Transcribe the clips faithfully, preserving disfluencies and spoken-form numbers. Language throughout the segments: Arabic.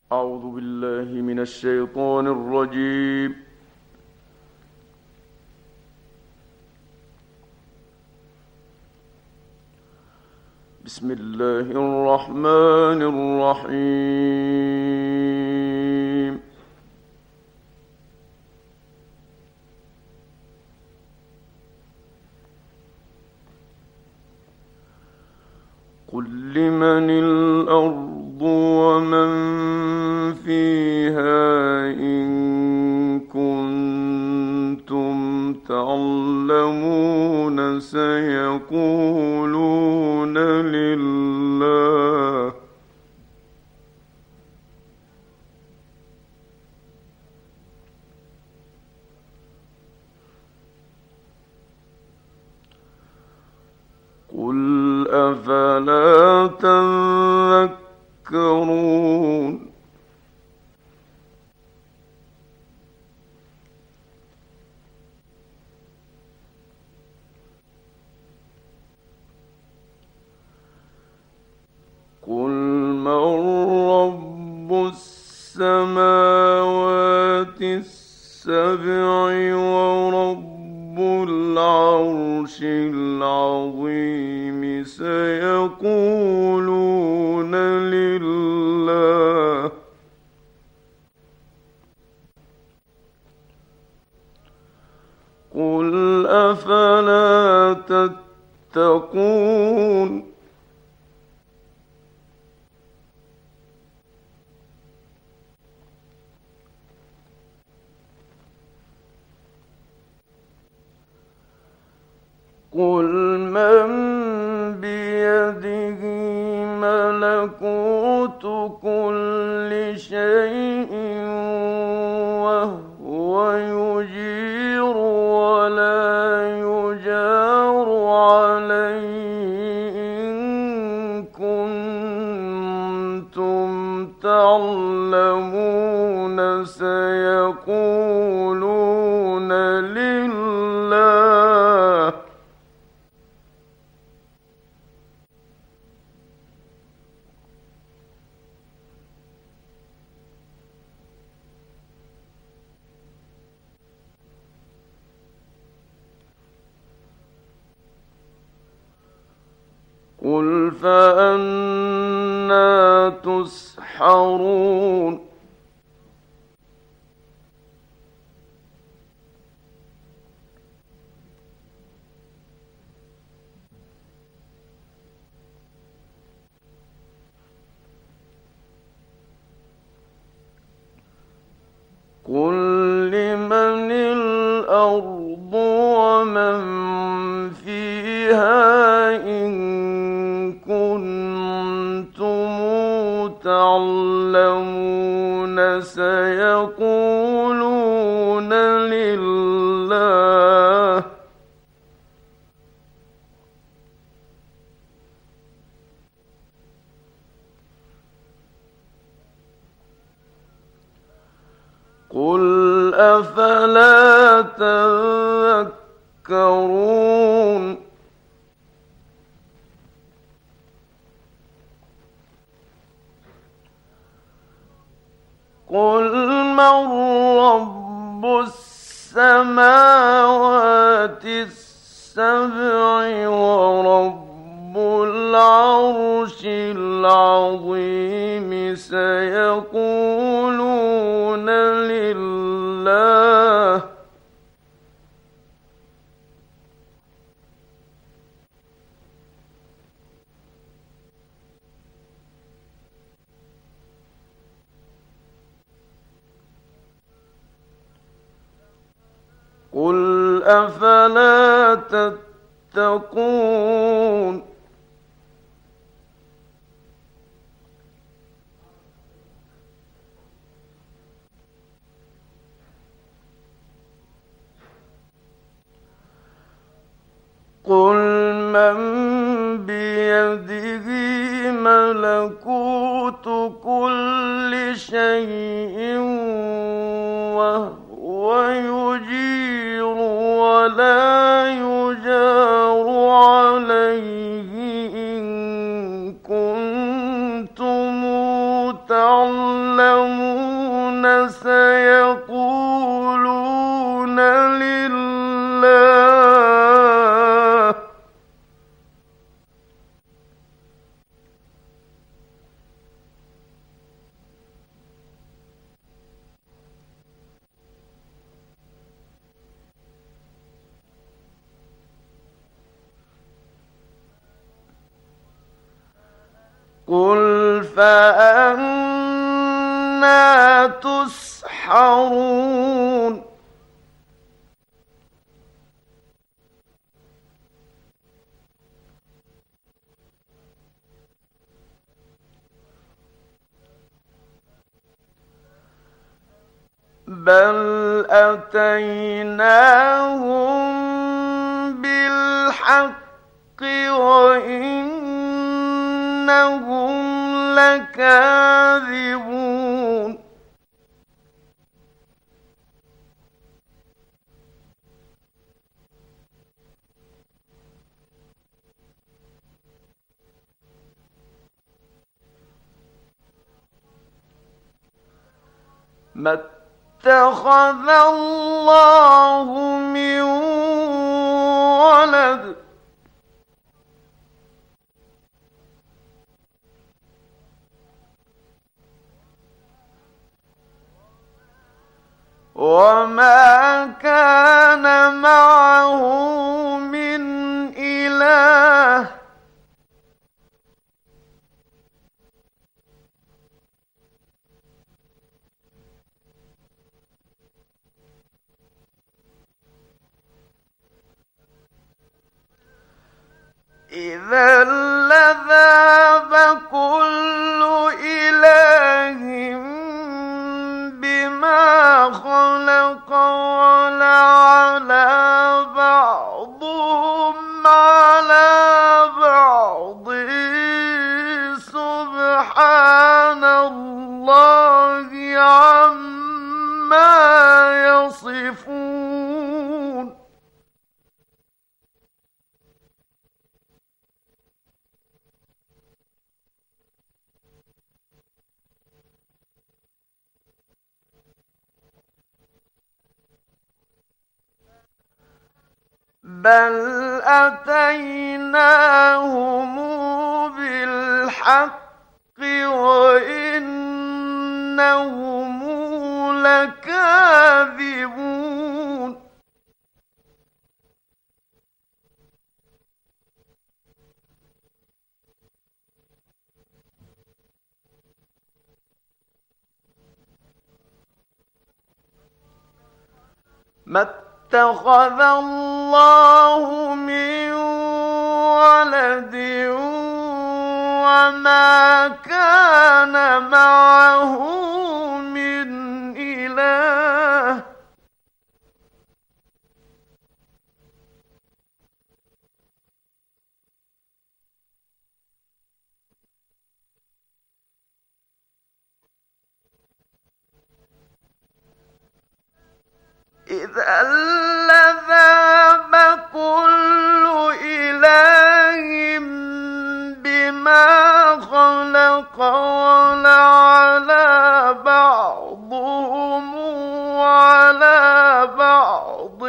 أعوذ بالله من الشيطان الرجيم. بسم الله الرحمن الرحيم. قل لمن الأرض ومن فيها إن كنتم تعلمون سيقولون لله. قل أفلا تذكرون. قل من رب السماوات السبع ورب العرش العظيم سيقولون لله. قل أفلا تتقون. قل من بيده ملكوت كل شيء وهو يجير ولا يجار عليه إن كنتم تعلمون سيقولون لله. قل فأنى تسحرون. قل لمن الأرض ومن فيها إن كنتم تعلمون سيقولون لله. قل أفلا تذكرون. قل من رب السماوات السبع ورب العرش العظيم سيقولون لله. قل أفلا تتقون. قل من بيده ملكوت كل شيء وهو يجير ولا يجار عليه إن كنتم تعلمون يعلمون سيقولون لله. قل فأنا تسحرون. بل أتيناهم بالحق وإنهم لكاذبون. ما اتخذ الله من ولد وما كان معه من إله. إذا لذهب كل إله بما خلق ولعلى بعضهم على بعض سبحان الله عما يصفون. بل أتيناهم بالحق وإنهم لكاذبون. ما اتخذ الله من ولد وما كان معه من إله. إذا لذهب كل إله بما خلق ولعلى بعضهم على بعض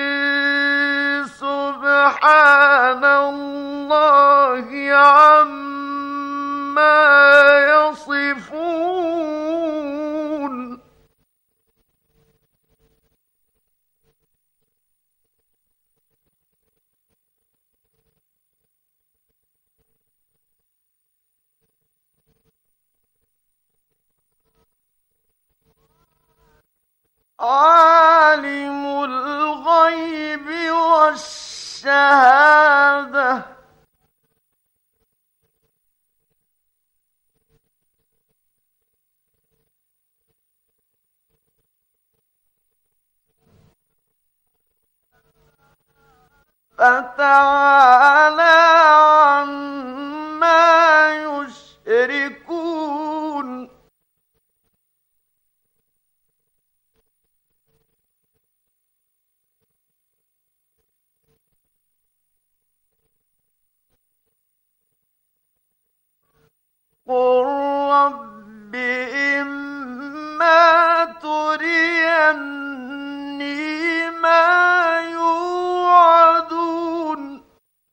سبحان الله عما يصفون. عالم الغيب والشهادة فتعالى عما يشركون. قل رب إما نريني ما يوعدون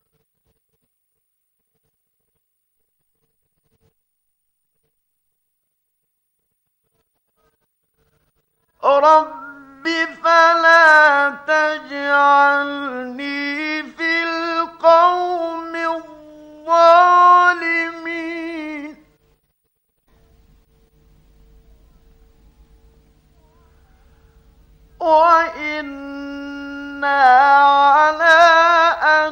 رب فلا تجعلني في القوم الظالمين وإنا على أن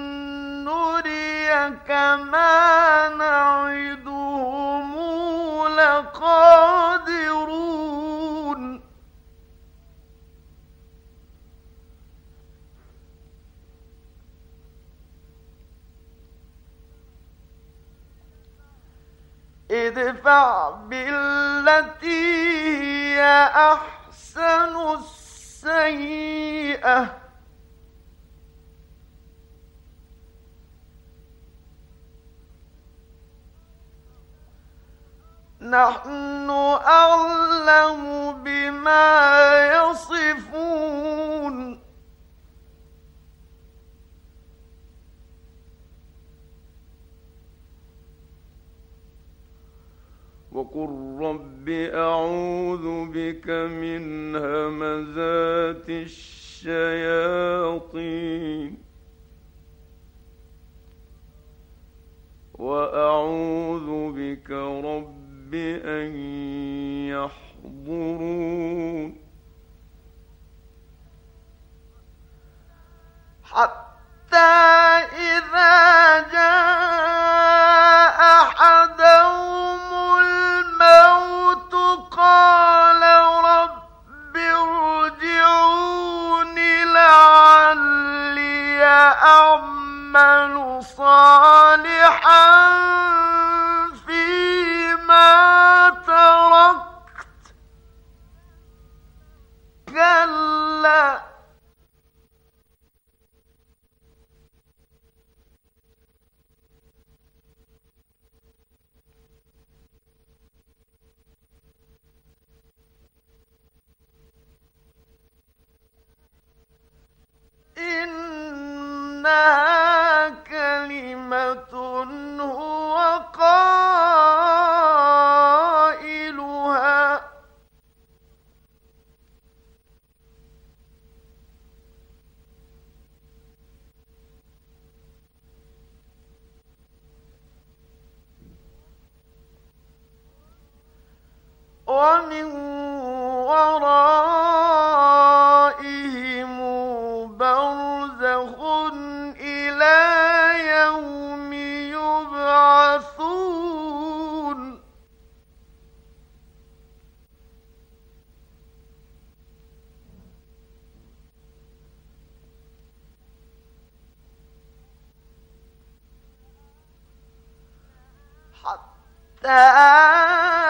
نريك ما نعدهم لقادرون ادفع بالتي هي أحسن السيئة نحن أعلم بما يصفون وقل رب أعوذ بك من همزات الشياطين وأعوذ بك رب أن يحضرون حتى إذا جاء أحدهم الموت قال رب ارجعون لعلي أعمل صالحا فيما تركت كلا إنها كلمة هو قائلها ومن ورائهم برزخ إلى يوم يبعثون حتى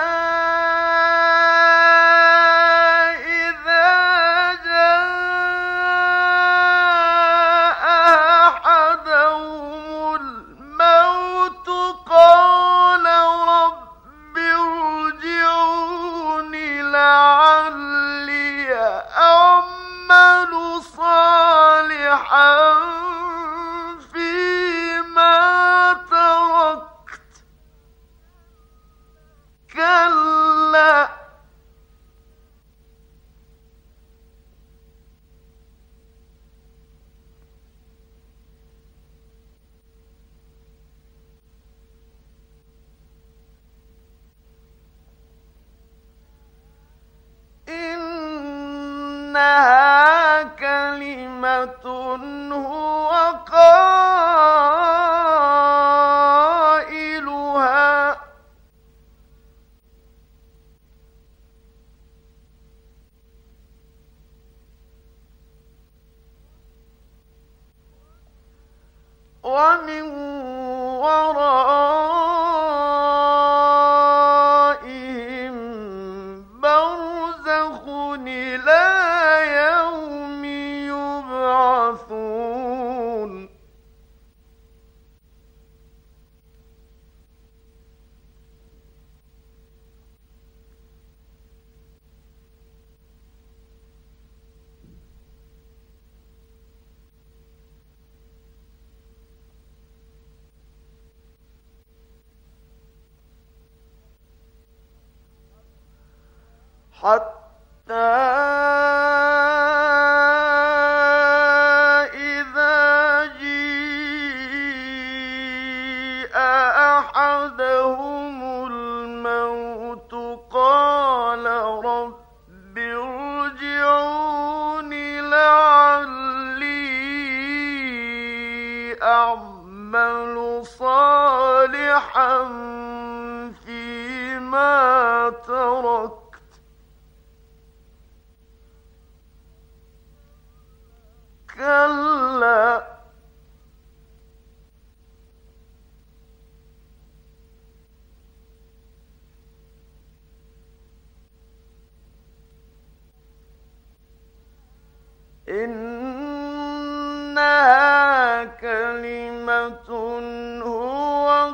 كلا إنها كلمة هو قائلها ومن ورائهم برزخ إلى يوم يبعثون حتى إذا جيء أحدهم الموت قال رب ارجعون لعلي أعمل صالحا فيما تركت كلا إنها كلمة هو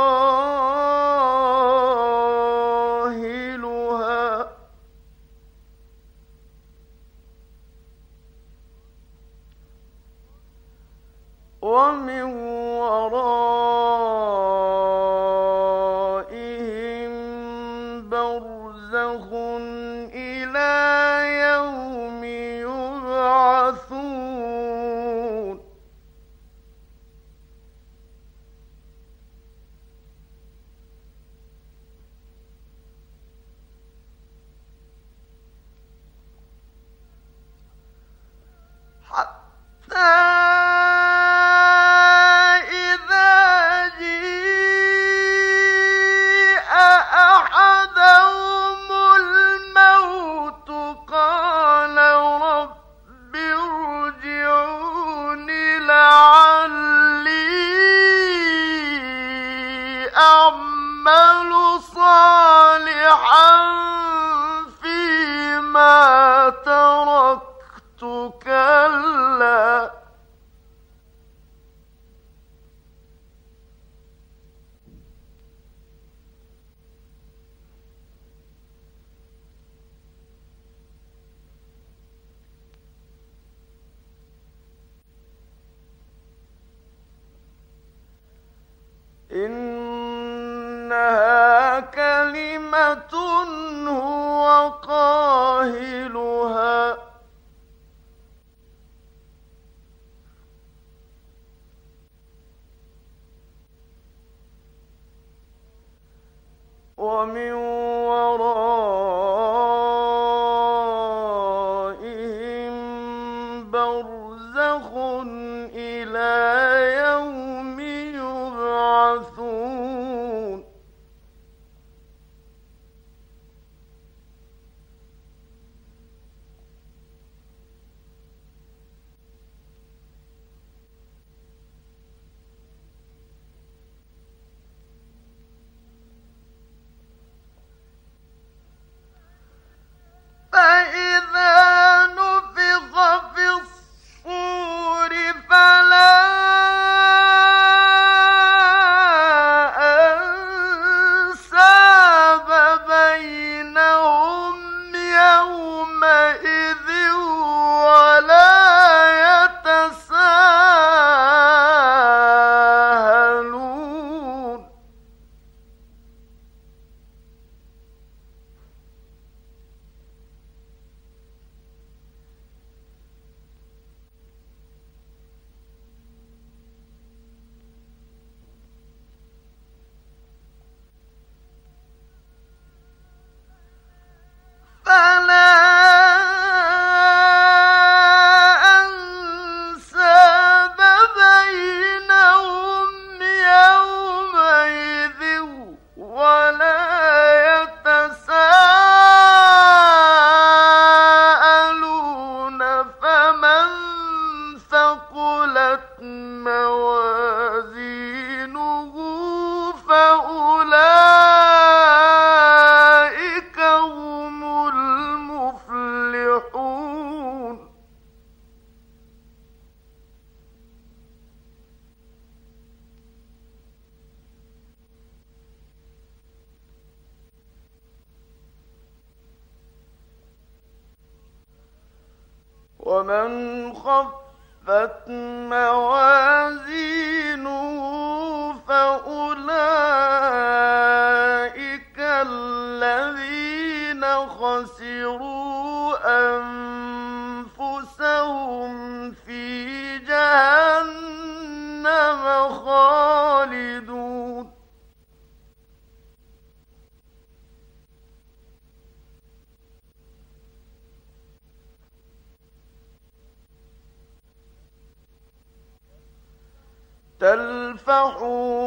قائلها ومن ورائهم برزخ إلى يوم يبعثون حتى أعمل صالحا فيما تركت كلا إنها كلمة هو قائلها ومن ورائهم برزخ إلى يوم يبعثون فإذا نفخ في الصور فلا أنساب بينهم يومئذ ولا يتساءلون فلا أنساب بينهم يومئذ ولا يتساءلون فمن ثقلت موازينه فأولئك هم المفلحون ومن خفت موازينه فأولئك الذين خسروا أنفسهم في جهنم خالدون تلفح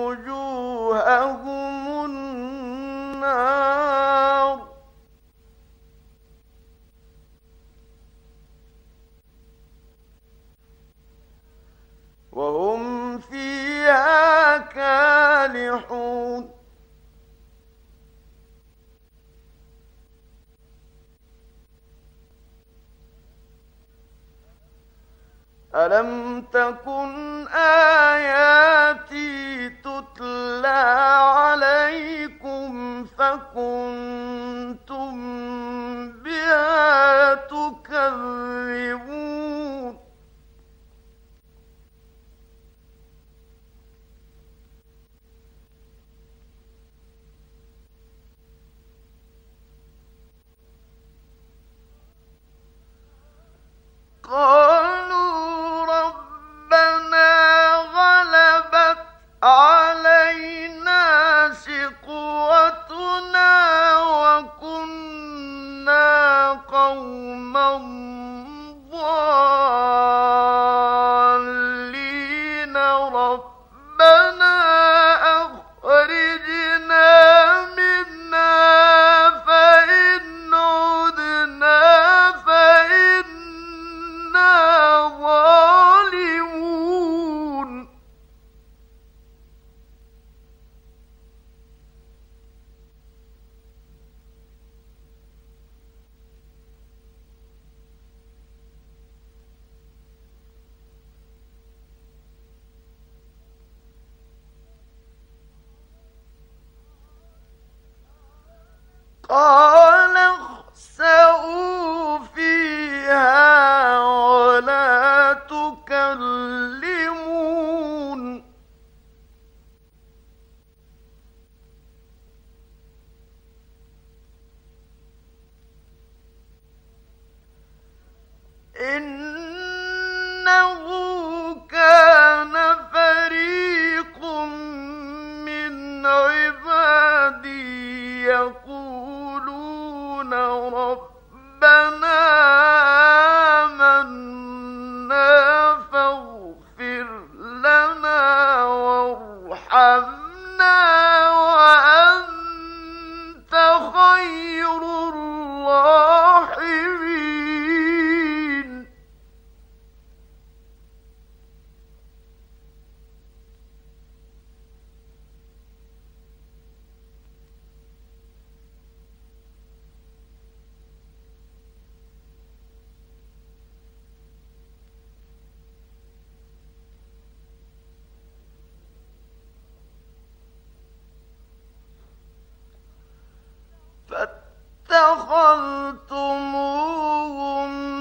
وجوههم النار وهم فيها كالحون ألم تكن آياتي تتلى عليكم فكنتم بها تكذبون قالوا ربنا غلبت علينا شقوتنا وكنا قوما ضالين ربنا أخرجنا منها فإن عدنا فإنا ظالمون قال اخسئوا فيها ولا تكلمون إنه كان فريق من عبادي يقولون ربنا آمنا فاغفر لنا وارحمنا وأنت خير الراحمين فاتخذتموهم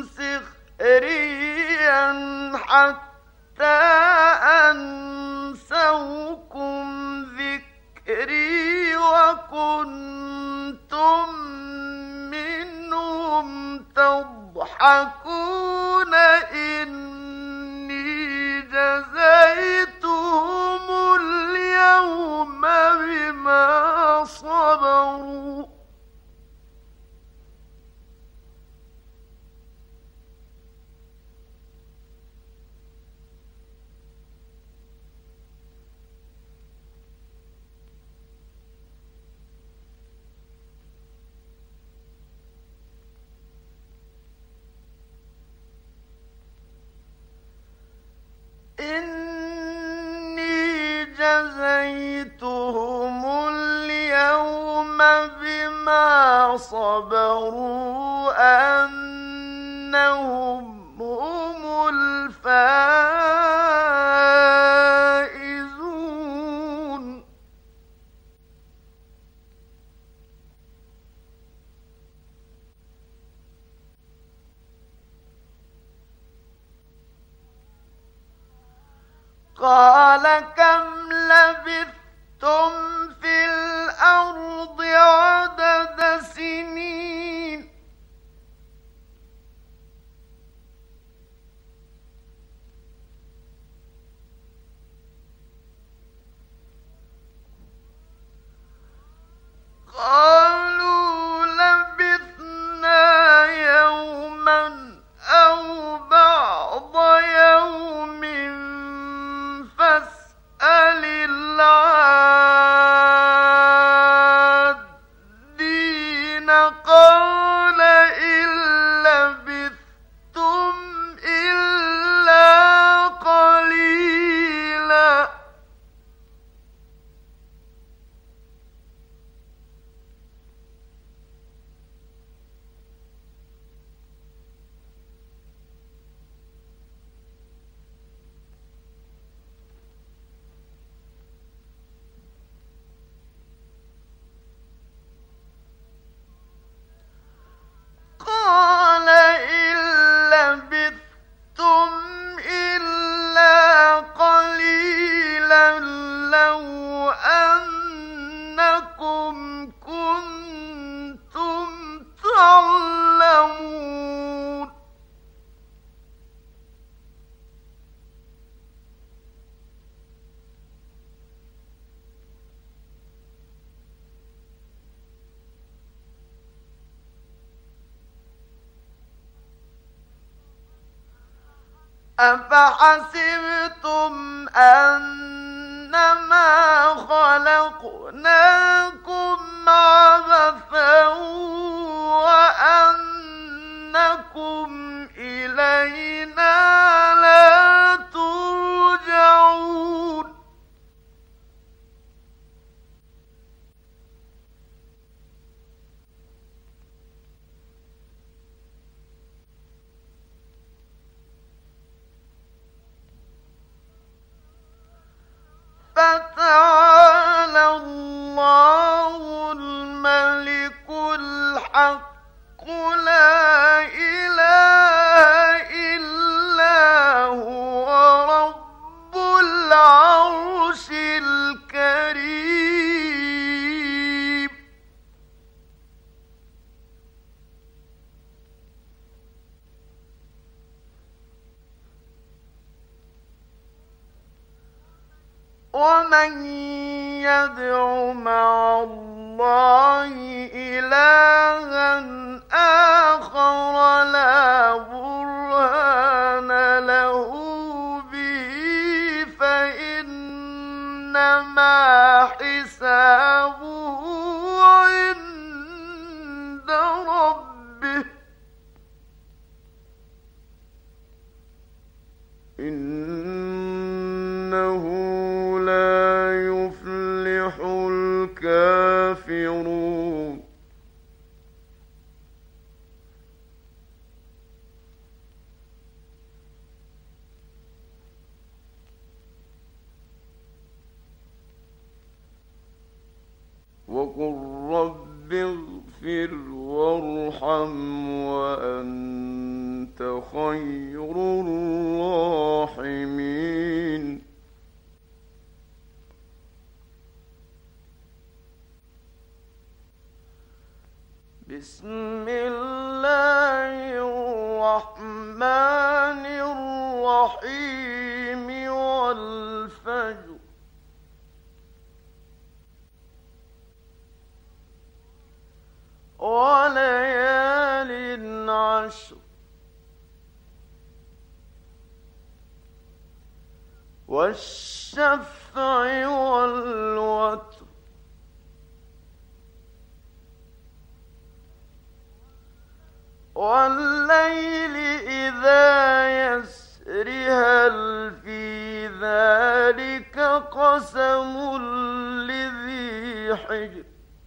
سخريا حتى أنسوكم ذكري وكنتم منهم تضحكون إني جزيتهم اليوم بما صبروا إني جزيتهم اليوم بما صبروا أنهم هم الفائزون قال كم لبثتم في الأرض عدد سنين أفحسبتم أنما خلقناكم عبثا وأنكم إلينا لا ترجعون فتعالى الله الملك الحق لا إله إلا هو رب العرش الكريم ومن يدع مع الله إلها آخر لا برهان له به فإنما حسابه عند ربه إنه لا يفلح الكافرون وقل رب اغفر وارحم وأنت خير الراحمين بسم الله الرحمن الرحيم والفجر وليال عشر والشفع والوتر والليل إذا يسر هل في ذلك قسم لذي حجر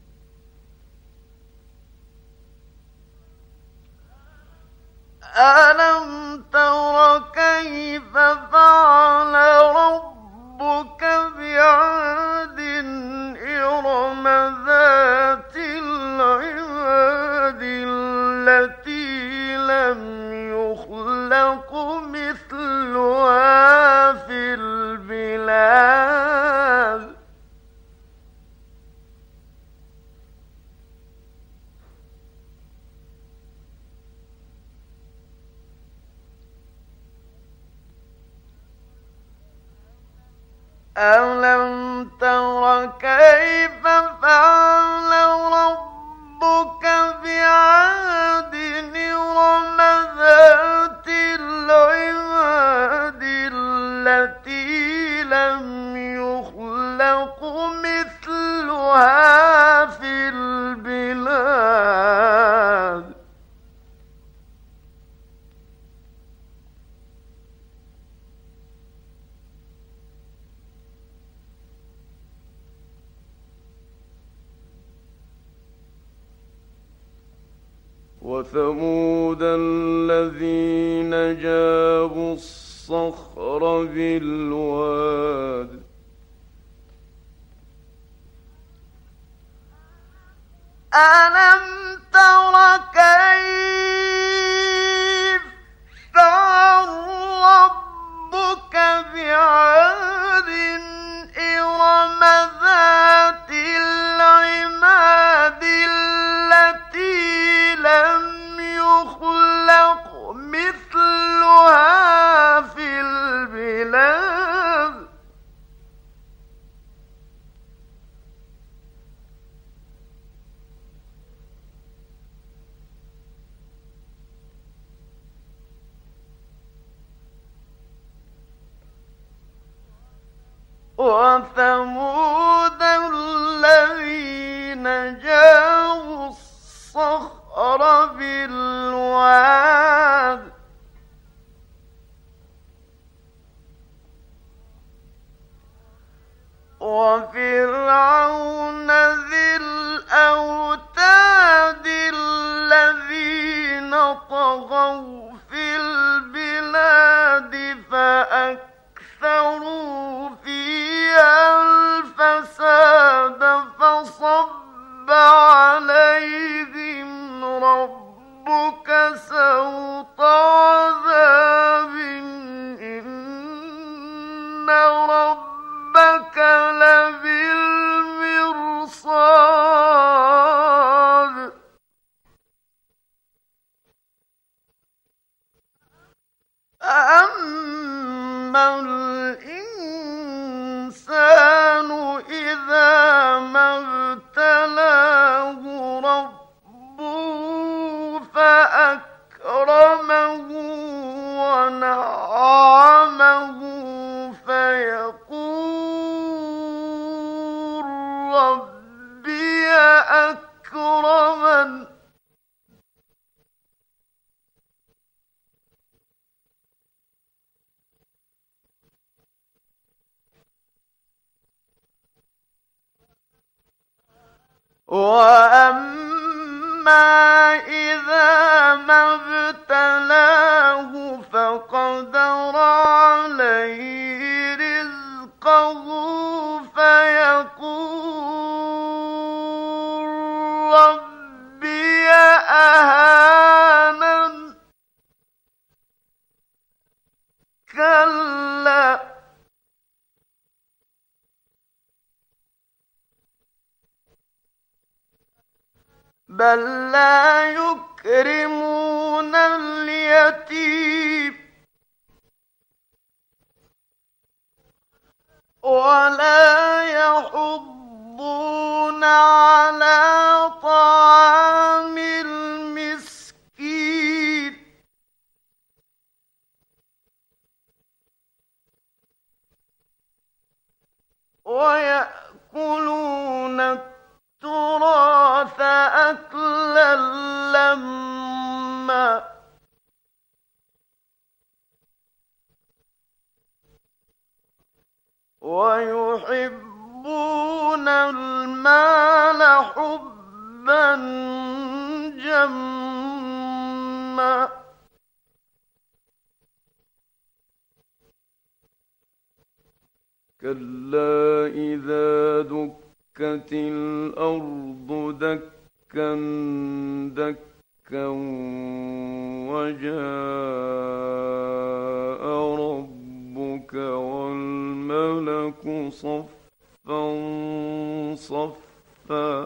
ألم تر كيف فعل ربك بعاد إرم ذات العماد التي لم يخلق مثلها في البلاد ألم تر كيف فعل ربك بعاد إرم ذات العماد التي لم يخلق مثلها في البلاد وثمود الذين جابوا الصخر بالواد ألم تر كيف فعل ربك بعاد إرم ذات العماد التي لم يخلق مثلها في البلاد وثمود الذين جابوا الصخر بالواد وفرعون ذي الأوتاد الذين طغوا في البلاد فأكثروا فيها الفساد فصب عليهم ربك سوط عذاب إن ربك لبالمرصاد أما الإنسان إذا ما ابتلاه ربه فأكرمه ونعمه فيقول ربي أكرمن وأما إذا ما ابتلاه فقدر عليه رزقه فيقول ربي أهانن كلا بل لا يكرمون اليتيم ولا يحضون على طعام المسكين ويأكلون التراث أكلا لما ويحبون المال حبا جما كلا إذا دكت الأرض دكا دكا وجاء ربك والملك صفا صفا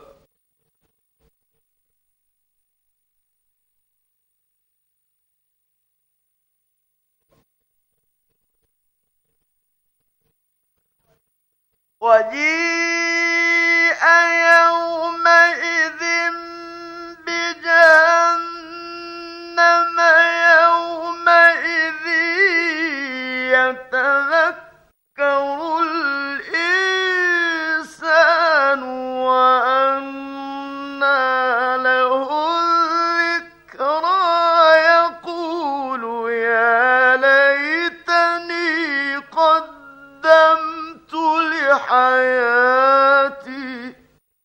وجيء يومئذ بجهنم يومئذ يتذكر الإنسان وأنى له الذكرى يقول يا ليتني قدمت لحياتي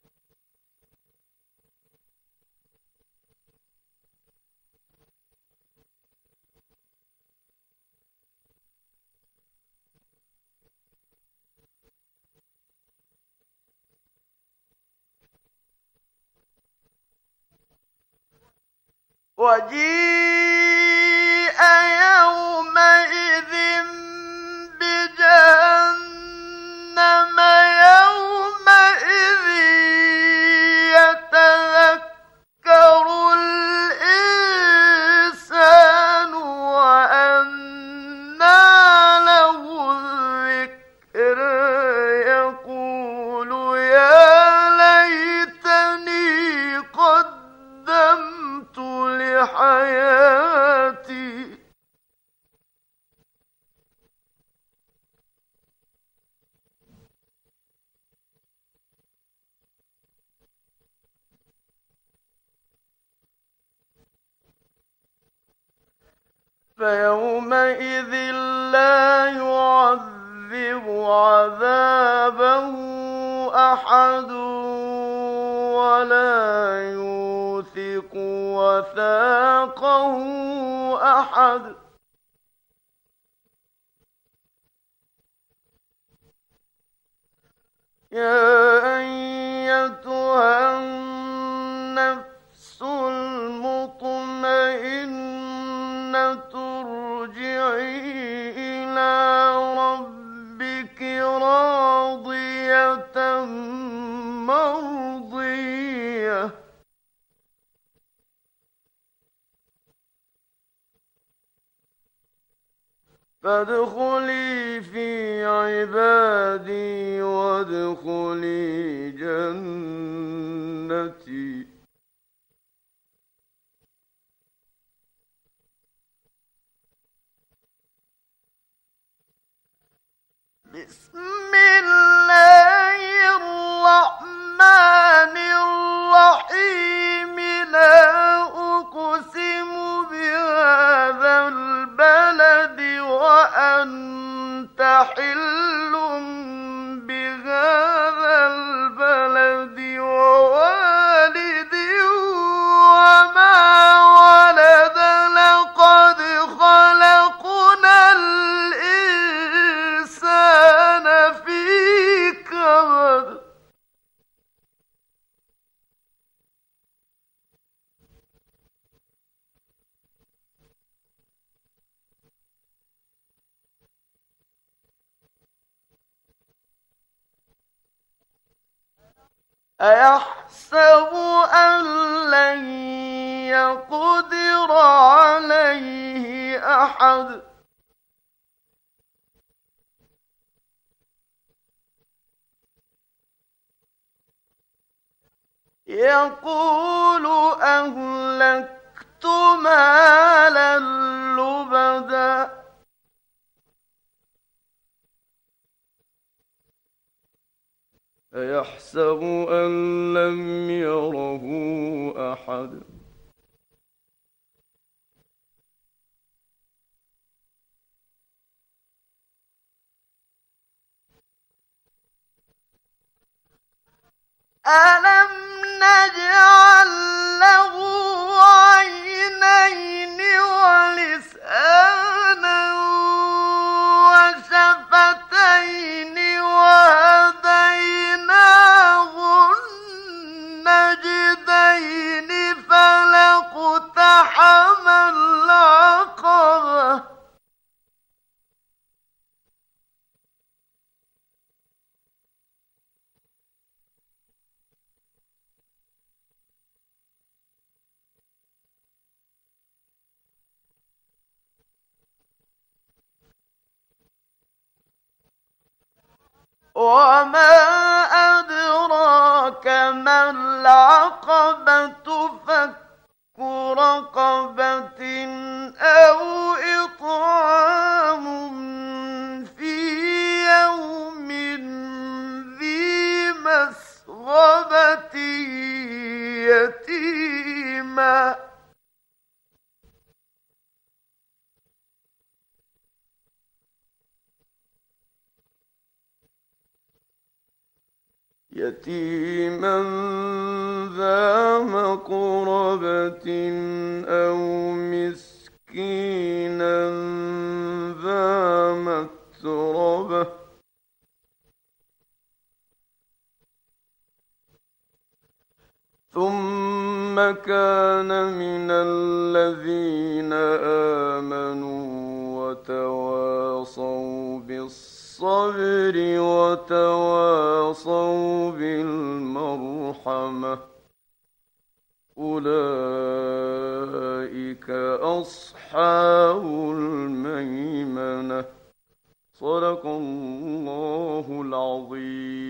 وجيء يومئذ بجهنم يومئذ يتذكر الإنسان وأنى له الذكر يقول يا ليتني قدمت لحياتي فيومئذ لا يعذب عذابه أحد ولا يوثق وثاقه أحد. يا أيتها النفس المطمئنة ارجعي إلى ربك راضية مرضية فادخلي في عبادي وادخلي جنتي. بسم الله الرحمن الرحيم. لا أقسم بهذا البلد وأنت حل بهذا البلد ووالد وما ولد لقد خلقنا الإنسان في كبد. أيحسب أن لن يقدر عليه أحد. يقول أهلكت مالا لبدا أيحسب أن لم يره أحد. ألم نجعل له عينين ولسانا وشفتين وهديناه النجدين فلاقتحم العقبة. وما أدراك ما العقبة فك رقبة أو إطعام في يوم ذي مسغبة يتيما يتيما ذا مقربة أو مسكينا ذا متربة ثم كان من الذين آمنوا وتواصوا بالصبر وتواصوا بالمرحمة أولئك أصحاب الميمنة. صدق الله العظيم.